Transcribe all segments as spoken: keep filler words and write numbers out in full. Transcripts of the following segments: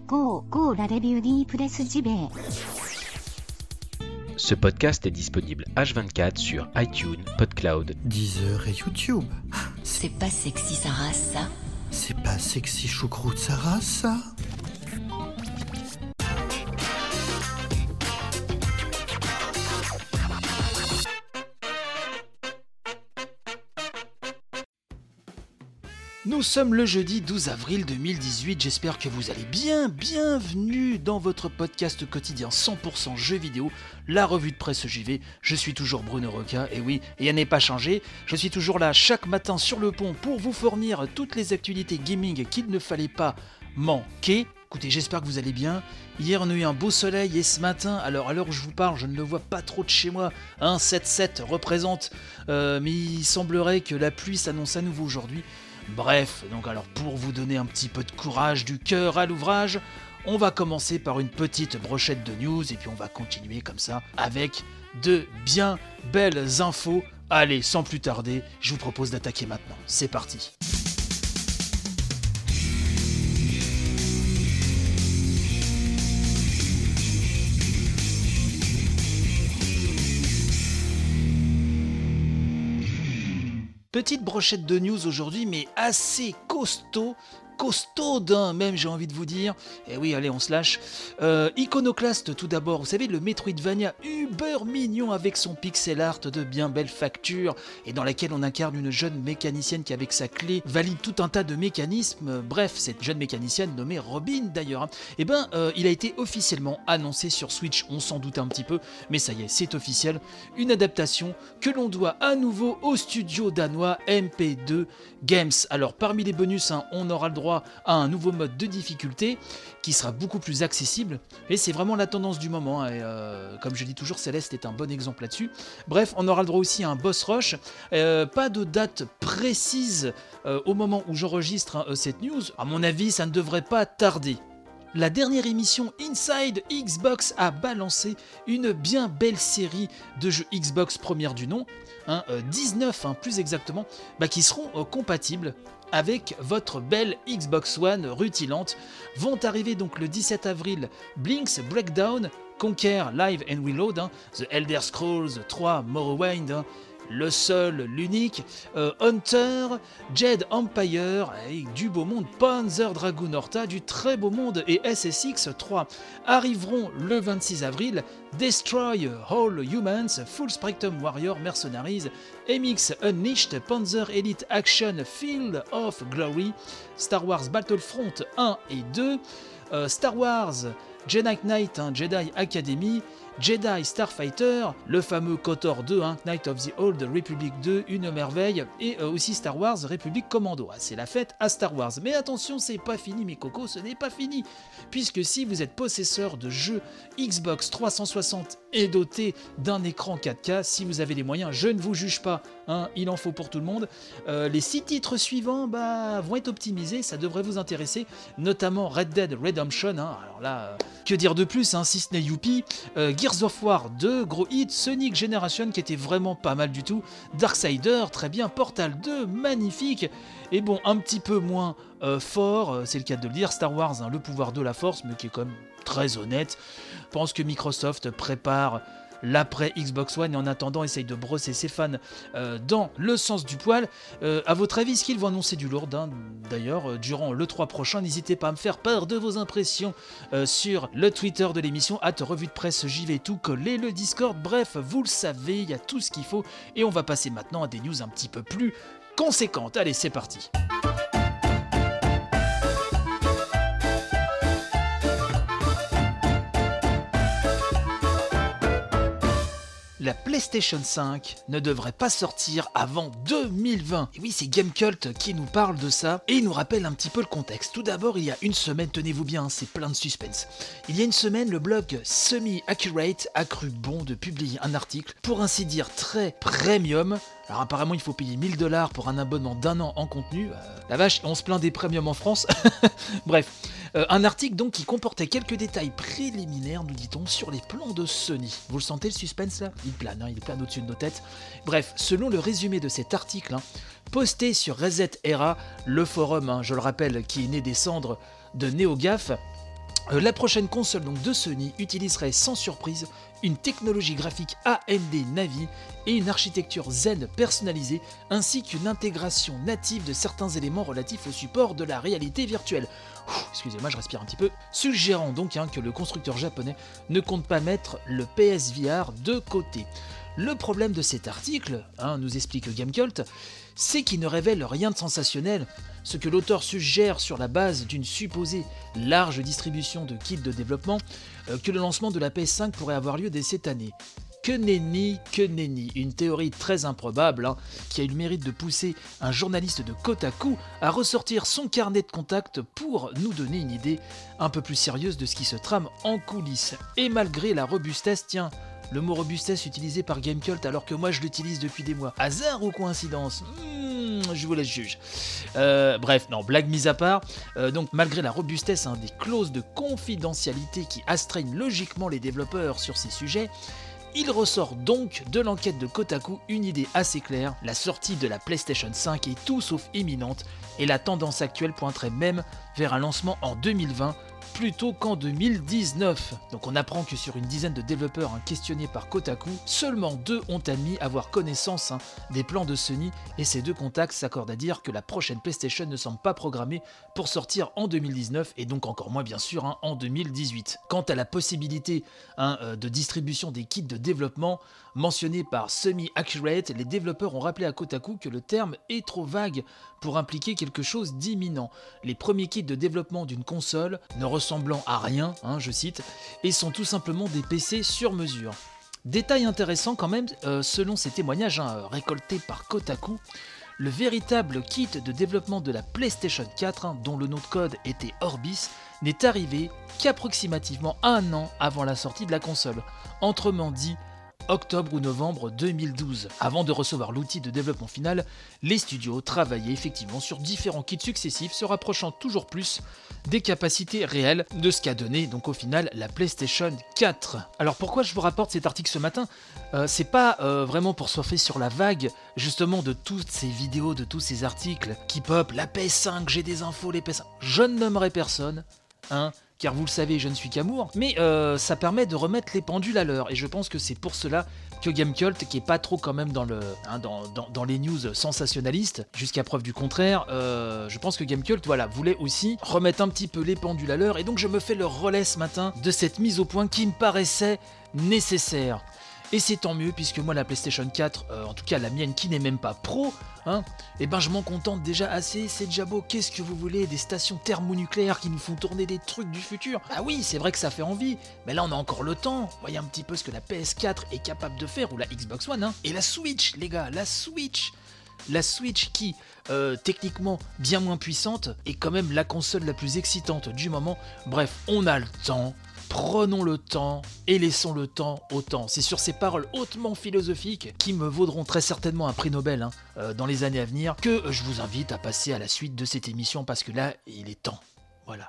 Go, go, la review di Presse J B. Ce podcast est disponible H vingt-quatre sur iTunes, PodCloud, Deezer et YouTube. C'est pas sexy Sarah, ça. C'est pas sexy choucroute Sarah, ça. Nous sommes le jeudi douze avril deux mille dix-huit, j'espère que vous allez bien, bienvenue dans votre podcast quotidien cent pour cent jeux vidéo, la revue de presse J V, je suis toujours Bruno Roca, et oui, rien n'est pas changé, je suis toujours là chaque matin sur le pont pour vous fournir toutes les actualités gaming qu'il ne fallait pas manquer. Écoutez, j'espère que vous allez bien. Hier, on a eu un beau soleil et ce matin, alors à l'heure où je vous parle, je ne le vois pas trop de chez moi. Un sept sept représente, euh, mais il semblerait que la pluie s'annonce à nouveau aujourd'hui. Bref, donc alors pour vous donner un petit peu de courage, du cœur à l'ouvrage, on va commencer par une petite brochette de news et puis on va continuer comme ça avec de bien belles infos. Allez, sans plus tarder, je vous propose d'attaquer maintenant. C'est parti. Petite brochette de news aujourd'hui, mais assez costaud, costaude hein, même j'ai envie de vous dire. Et oui, allez, on se lâche. Euh, Iconoclast tout d'abord, vous savez le Metroidvania uber mignon avec son pixel art de bien belle facture et dans laquelle on incarne une jeune mécanicienne qui avec sa clé valide tout un tas de mécanismes. Bref, cette jeune mécanicienne nommée Robin d'ailleurs. Hein. Et ben, euh, il a été officiellement annoncé sur Switch, on s'en doutait un petit peu, mais ça y est, c'est officiel. Une adaptation que l'on doit à nouveau au studio danois M P deux Games. Alors parmi les bonus, hein, on aura le droit à un nouveau mode de difficulté qui sera beaucoup plus accessible et c'est vraiment la tendance du moment hein, et euh, comme je dis toujours, Céleste est un bon exemple là-dessus. Bref, on aura le droit aussi à un boss rush, euh, pas de date précise euh, au moment où j'enregistre hein, cette news, à mon avis ça ne devrait pas tarder. La dernière émission Inside Xbox a balancé une bien belle série de jeux Xbox première du nom, hein, euh, dix-neuf hein, plus exactement, bah, qui seront euh, compatibles avec votre belle Xbox One rutilante. Vont arriver donc le dix-sept avril Blinks Breakdown, Conquer Live and Reload, hein, The Elder Scrolls trois Morrowind, hein, le seul, l'unique, euh, Hunter, Jade Empire, avec du beau monde, Panzer Dragoon Horta, du très beau monde et S S X trois. Arriveront le vingt-six avril Destroy All Humans, Full Spectrum Warrior Mercenaries, M X Unleashed, Panzer Elite Action Field of Glory, Star Wars Battlefront un et deux, euh, Star Wars Jedi Knight, hein, Jedi Academy, Jedi Starfighter, le fameux KOTOR deux, hein, Knight of the Old Republic deux, une merveille, et euh, aussi Star Wars Republic Commando. Ah, c'est la fête à Star Wars. Mais attention, c'est pas fini mes cocos, ce n'est pas fini. Puisque si vous êtes possesseur de jeux Xbox trois cent soixante et doté d'un écran quatre K, si vous avez les moyens, je ne vous juge pas, hein, il en faut pour tout le monde. Euh, les six titres suivants bah, vont être optimisés, ça devrait vous intéresser, notamment Red Dead Redemption. Hein, alors là, euh, que dire de plus, hein, si ce n'est youpi, euh, Gears of War deux, gros hit, Sonic Generation qui était vraiment pas mal du tout, Darksider, très bien, Portal deux, magnifique, et bon, un petit peu moins euh, fort, c'est le cas de le dire, Star Wars, hein, le pouvoir de la force, mais qui est quand même très honnête. Je pense que Microsoft prépare l'après Xbox One et en attendant essaye de brosser ses fans euh, dans le sens du poil. Euh, à votre avis, est-ce qu'ils vont annoncer du lourd hein, d'ailleurs euh, durant le trois prochain? N'hésitez pas à me faire part de vos impressions euh, sur le Twitter de l'émission arobase revue de presse J V tout collé, le Discord, bref, vous le savez, il y a tout ce qu'il faut et on va passer maintenant à des news un petit peu plus conséquentes. Allez, c'est parti. La PlayStation cinq ne devrait pas sortir avant deux mille vingt. Et oui, c'est Gamecult qui nous parle de ça et il nous rappelle un petit peu le contexte. Tout d'abord, il y a une semaine, tenez-vous bien, c'est plein de suspense. Il y a une semaine, le blog Semi-Accurate a cru bon de publier un article, pour ainsi dire très premium. Alors apparemment il faut payer mille dollars pour un abonnement d'un an en contenu. Euh, la vache, on se plaint des premiums en France. Bref, euh, un article donc qui comportait quelques détails préliminaires, nous dit-on, sur les plans de Sony. Vous le sentez le suspense là? Il plane, hein, il plane au-dessus de nos têtes. Bref, selon le résumé de cet article, hein, posté sur Reset Era, le forum, hein, je le rappelle, qui est né des cendres de NeoGAF, Euh, la prochaine console donc, de Sony utiliserait sans surprise une technologie graphique A M D Navi et une architecture Zen personnalisée, ainsi qu'une intégration native de certains éléments relatifs au support de la réalité virtuelle. Ouh, excusez-moi, je respire un petit peu. Suggérant donc hein, que le constructeur japonais ne compte pas mettre le P S V R de côté. Le problème de cet article, hein, nous explique Gamecult, c'est qu'il ne révèle rien de sensationnel, ce que l'auteur suggère sur la base d'une supposée large distribution de kits de développement, euh, que le lancement de la P S cinq pourrait avoir lieu dès cette année. Que nenni, que nenni, une théorie très improbable hein, qui a eu le mérite de pousser un journaliste de Kotaku à ressortir son carnet de contacts pour nous donner une idée un peu plus sérieuse de ce qui se trame en coulisses. Et malgré la robustesse, tiens, le mot robustesse utilisé par Gamecult alors que moi je l'utilise depuis des mois. Hasard ou coïncidence ? hmm, Je vous laisse juger. Euh, bref, non, blague mise à part, euh, donc malgré la robustesse hein, des clauses de confidentialité qui astreignent logiquement les développeurs sur ces sujets, il ressort donc de l'enquête de Kotaku une idée assez claire, la sortie de la PlayStation cinq est tout sauf imminente et la tendance actuelle pointerait même vers un lancement en deux mille vingt plutôt qu'en deux mille dix-neuf. Donc on apprend que sur une dizaine de développeurs hein, questionnés par Kotaku, seulement deux ont admis avoir connaissance hein, des plans de Sony et ces deux contacts s'accordent à dire que la prochaine PlayStation ne semble pas programmée pour sortir en deux mille dix-neuf et donc encore moins bien sûr hein, en deux mille dix-huit. Quant à la possibilité hein, euh, de distribution des kits de développement mentionnés par Semi-Accurate, les développeurs ont rappelé à Kotaku que le terme est trop vague pour impliquer quelque chose d'imminent. Les premiers kits de développement d'une console ne ressemblant à rien, hein, je cite, et sont tout simplement des P C sur mesure. Détail intéressant quand même, euh, selon ces témoignages hein, récoltés par Kotaku, le véritable kit de développement de la PlayStation quatre, hein, dont le nom de code était Orbis, n'est arrivé qu'approximativement un an avant la sortie de la console, autrement dit octobre ou novembre deux mille douze. Avant de recevoir l'outil de développement final, les studios travaillaient effectivement sur différents kits successifs, se rapprochant toujours plus des capacités réelles de ce qu'a donné donc au final la PlayStation quatre. Alors pourquoi je vous rapporte cet article ce matin ? euh, C'est pas euh, vraiment pour surfer sur la vague justement de toutes ces vidéos, de tous ces articles qui pop, la P S cinq, j'ai des infos, les P S cinq. Je ne nommerai personne, hein, car vous le savez, je ne suis qu'amour, mais euh, ça permet de remettre les pendules à l'heure, et je pense que c'est pour cela que Gamecult, qui est pas trop quand même dans, le, hein, dans, dans, dans les news sensationnalistes, jusqu'à preuve du contraire, euh, je pense que Gamecult voilà, voulait aussi remettre un petit peu les pendules à l'heure, et donc je me fais le relais ce matin de cette mise au point qui me paraissait nécessaire. Et c'est tant mieux, puisque moi la PlayStation quatre, euh, en tout cas la mienne qui n'est même pas pro, hein, et ben je m'en contente déjà assez, c'est déjà beau, qu'est-ce que vous voulez, des stations thermonucléaires qui nous font tourner des trucs du futur. Ah oui, c'est vrai que ça fait envie, mais là on a encore le temps, voyez un petit peu ce que la P S quatre est capable de faire, ou la Xbox One, hein. Et la Switch, les gars, la Switch La Switch qui, euh, techniquement bien moins puissante, est quand même la console la plus excitante du moment. Bref, on a le temps. Prenons le temps et laissons le temps au temps. C'est sur ces paroles hautement philosophiques qui me vaudront très certainement un prix Nobel hein, euh, dans les années à venir que je vous invite à passer à la suite de cette émission parce que là, il est temps. Voilà.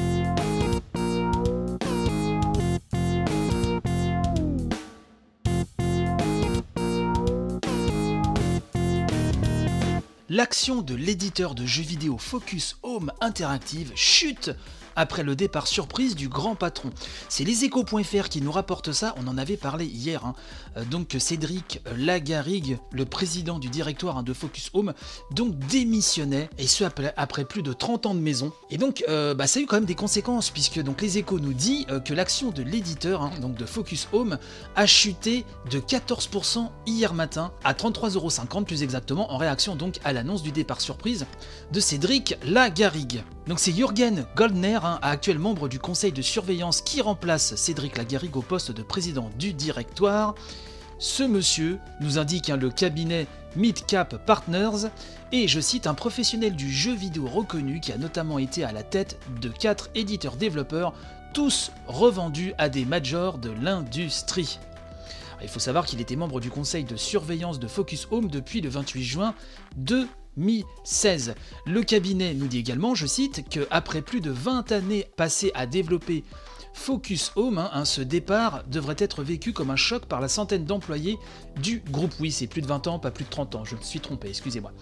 L'action de l'éditeur de jeux vidéo Focus Home Interactive chute après le départ surprise du grand patron. C'est les échos point F R qui nous rapportent ça, on en avait parlé hier. Hein. Euh, donc Cédric Lagarigue, le président du directoire hein, de Focus Home, donc démissionnait, et ce après, après plus de trente ans de maison. Et donc euh, bah, ça a eu quand même des conséquences, puisque donc, les échos nous dit euh, que l'action de l'éditeur hein, donc de Focus Home a chuté de quatorze pour cent hier matin, à trente-trois euros cinquante plus exactement, en réaction donc à l'annonce du départ surprise de Cédric Lagarigue. Donc c'est Jürgen Goldner, hein, actuel membre du conseil de surveillance qui remplace Cédric Lagarigue au poste de président du directoire. Ce monsieur nous indique hein, le cabinet Midcap Partners et je cite un professionnel du jeu vidéo reconnu qui a notamment été à la tête de quatre éditeurs développeurs, tous revendus à des majors de l'industrie. Il faut savoir qu'il était membre du conseil de surveillance de Focus Home depuis le vingt-huit juin deux mille seize. Le cabinet nous dit également, je cite, qu'après plus de vingt années passées à développer Focus Home, hein, ce départ devrait être vécu comme un choc par la centaine d'employés du groupe. Oui, c'est plus de vingt ans, pas plus de trente ans, je me suis trompé, excusez-moi.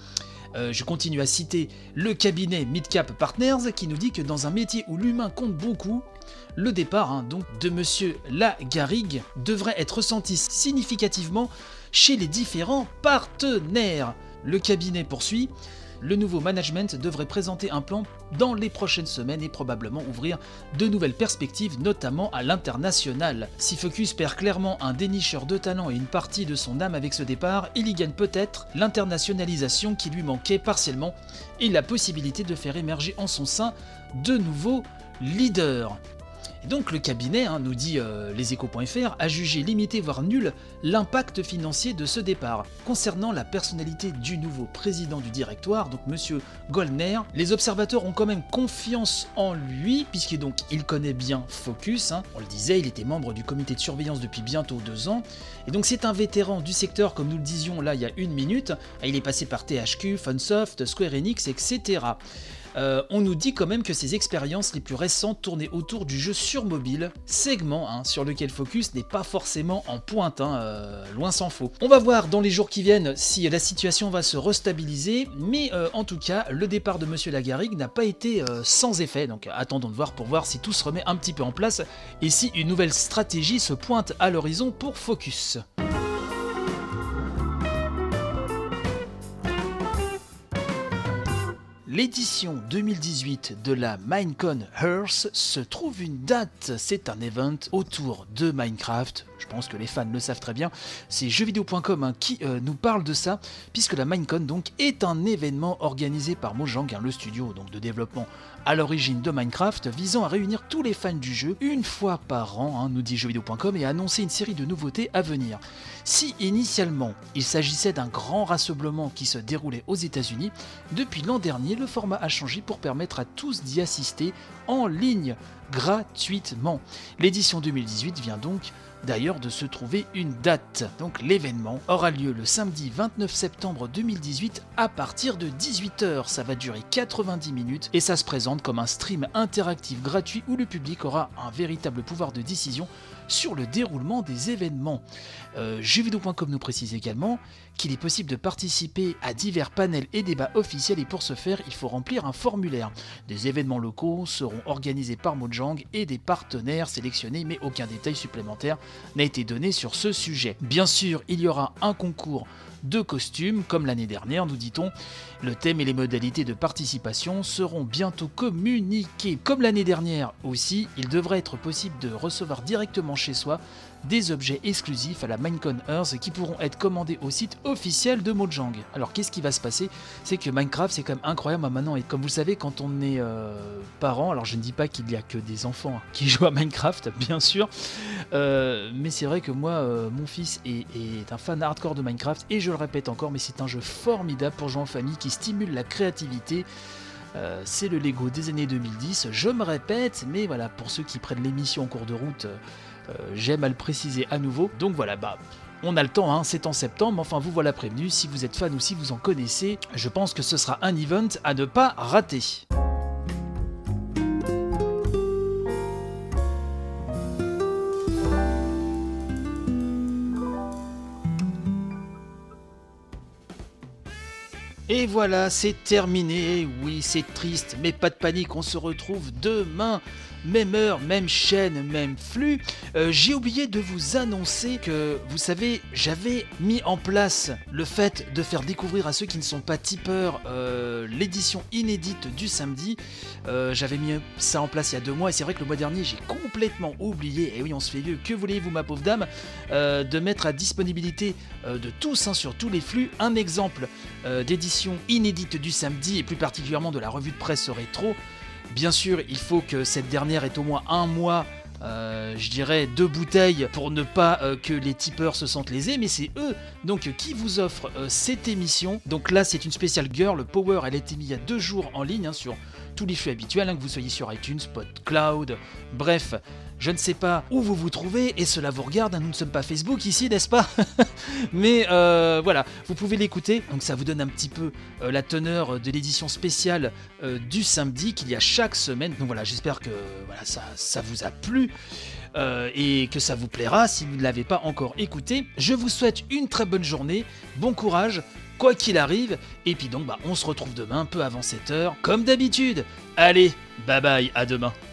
Euh, je continue à citer le cabinet Midcap Partners qui nous dit que dans un métier où l'humain compte beaucoup, le départ hein, donc de Monsieur Lagarrigue devrait être ressenti significativement chez les différents partenaires. Le cabinet poursuit. Le nouveau management devrait présenter un plan dans les prochaines semaines et probablement ouvrir de nouvelles perspectives, notamment à l'international. Si Focus perd clairement un dénicheur de talent et une partie de son âme avec ce départ, il y gagne peut-être l'internationalisation qui lui manquait partiellement et la possibilité de faire émerger en son sein de nouveaux leaders. Et donc le cabinet, hein, nous dit euh, leséchos point f r, a jugé limité voire nul l'impact financier de ce départ. Concernant la personnalité du nouveau président du directoire, donc Monsieur Goldner, les observateurs ont quand même confiance en lui, puisqu'il donc il connaît bien Focus, hein. On le disait, il était membre du comité de surveillance depuis bientôt deux ans, et donc c'est un vétéran du secteur comme nous le disions là il y a une minute, il est passé par T H Q, Funsoft, Square Enix, et cetera. Euh, on nous dit quand même que ses expériences les plus récentes tournaient autour du jeu sur mobile, segment hein, sur lequel Focus n'est pas forcément en pointe, hein, euh, loin s'en faut. On va voir dans les jours qui viennent si la situation va se restabiliser, mais euh, en tout cas, le départ de Monsieur Lagarrigue n'a pas été euh, sans effet, donc attendons de voir pour voir si tout se remet un petit peu en place et si une nouvelle stratégie se pointe à l'horizon pour Focus. L'édition deux mille dix-huit de la Minecon Earth se trouve une date, c'est un event autour de Minecraft, je pense que les fans le savent très bien, c'est jeuxvideo point com hein, qui euh, nous parle de ça, puisque la Minecon donc est un événement organisé par Mojang, hein, le studio donc, de développement à l'origine de Minecraft, visant à réunir tous les fans du jeu une fois par an, hein, nous dit jeuxvideo point com, et à annoncer une série de nouveautés à venir. Si initialement il s'agissait d'un grand rassemblement qui se déroulait aux États-Unis, depuis l'an dernier le format a changé pour permettre à tous d'y assister en ligne gratuitement. L'édition deux mille dix-huit vient donc d'ailleurs de se trouver une date. Donc l'événement aura lieu le samedi vingt-neuf septembre deux mille dix-huit à partir de dix-huit heures. Ça va durer quatre-vingt-dix minutes et ça se présente comme un stream interactif gratuit où le public aura un véritable pouvoir de décision sur le déroulement des événements. Euh, jeuxvideo point com nous précise également qu'il est possible de participer à divers panels et débats officiels et pour ce faire, il faut remplir un formulaire. Des événements locaux seront organisés par Mojang et des partenaires sélectionnés, mais aucun détail supplémentaire n'a été donné sur ce sujet. Bien sûr, il y aura un concours de costumes, comme l'année dernière, nous dit-on. Le thème et les modalités de participation seront bientôt communiqués. Comme l'année dernière aussi, il devrait être possible de recevoir directement chez soi des objets exclusifs à la Minecon Earth qui pourront être commandés au site officiel de Mojang. Alors qu'est-ce qui va se passer? C'est que Minecraft c'est quand même incroyable maintenant, et comme vous le savez, quand on est euh, parent, alors je ne dis pas qu'il y a que des enfants qui jouent à Minecraft, bien sûr, euh, mais c'est vrai que moi, euh, mon fils est, est un fan hardcore de Minecraft, et je le répète encore, mais c'est un jeu formidable pour jouer en famille qui stimule la créativité. Euh, c'est le Lego des années deux mille dix, je me répète, mais voilà, pour ceux qui prennent l'émission en cours de route, euh, j'aime à le préciser à nouveau. Donc voilà, bah, on a le temps, hein, c'est en septembre, enfin vous voilà prévenu, si vous êtes fan ou si vous en connaissez, je pense que ce sera un event à ne pas rater. Et voilà, c'est terminé. Oui, c'est triste, mais pas de panique, on se retrouve demain. Même heure, même chaîne, même flux. Euh, j'ai oublié de vous annoncer que, vous savez, j'avais mis en place le fait de faire découvrir à ceux qui ne sont pas tipeurs euh, l'édition inédite du samedi. Euh, j'avais mis ça en place il y a deux mois et c'est vrai que le mois dernier j'ai complètement oublié, et oui on se fait vieux, que voulez-vous ma pauvre dame, euh, de mettre à disponibilité euh, de tous, hein, sur tous les flux, un exemple euh, d'édition inédite du samedi et plus particulièrement de la revue de presse rétro. Bien sûr, il faut que cette dernière ait au moins un mois, euh, je dirais, deux bouteilles pour ne pas euh, que les tipeurs se sentent lésés, mais c'est eux donc qui vous offrent euh, cette émission. Donc là, c'est une spéciale Girl Power, elle a été mise il y a deux jours en ligne, hein, sur tous les flux habituels, hein, que vous soyez sur iTunes, PodCloud, bref, je ne sais pas où vous vous trouvez et cela vous regarde, hein, nous ne sommes pas Facebook ici, n'est-ce pas? Mais euh, voilà, vous pouvez l'écouter, donc ça vous donne un petit peu euh, la teneur de l'édition spéciale euh, du samedi qu'il y a chaque semaine. Donc voilà, j'espère que voilà, ça, ça vous a plu. Euh, et que ça vous plaira si vous ne l'avez pas encore écouté. Je vous souhaite une très bonne journée, bon courage, quoi qu'il arrive. Et puis donc, bah, on se retrouve demain, peu avant sept heures, comme d'habitude. Allez, bye bye, à demain.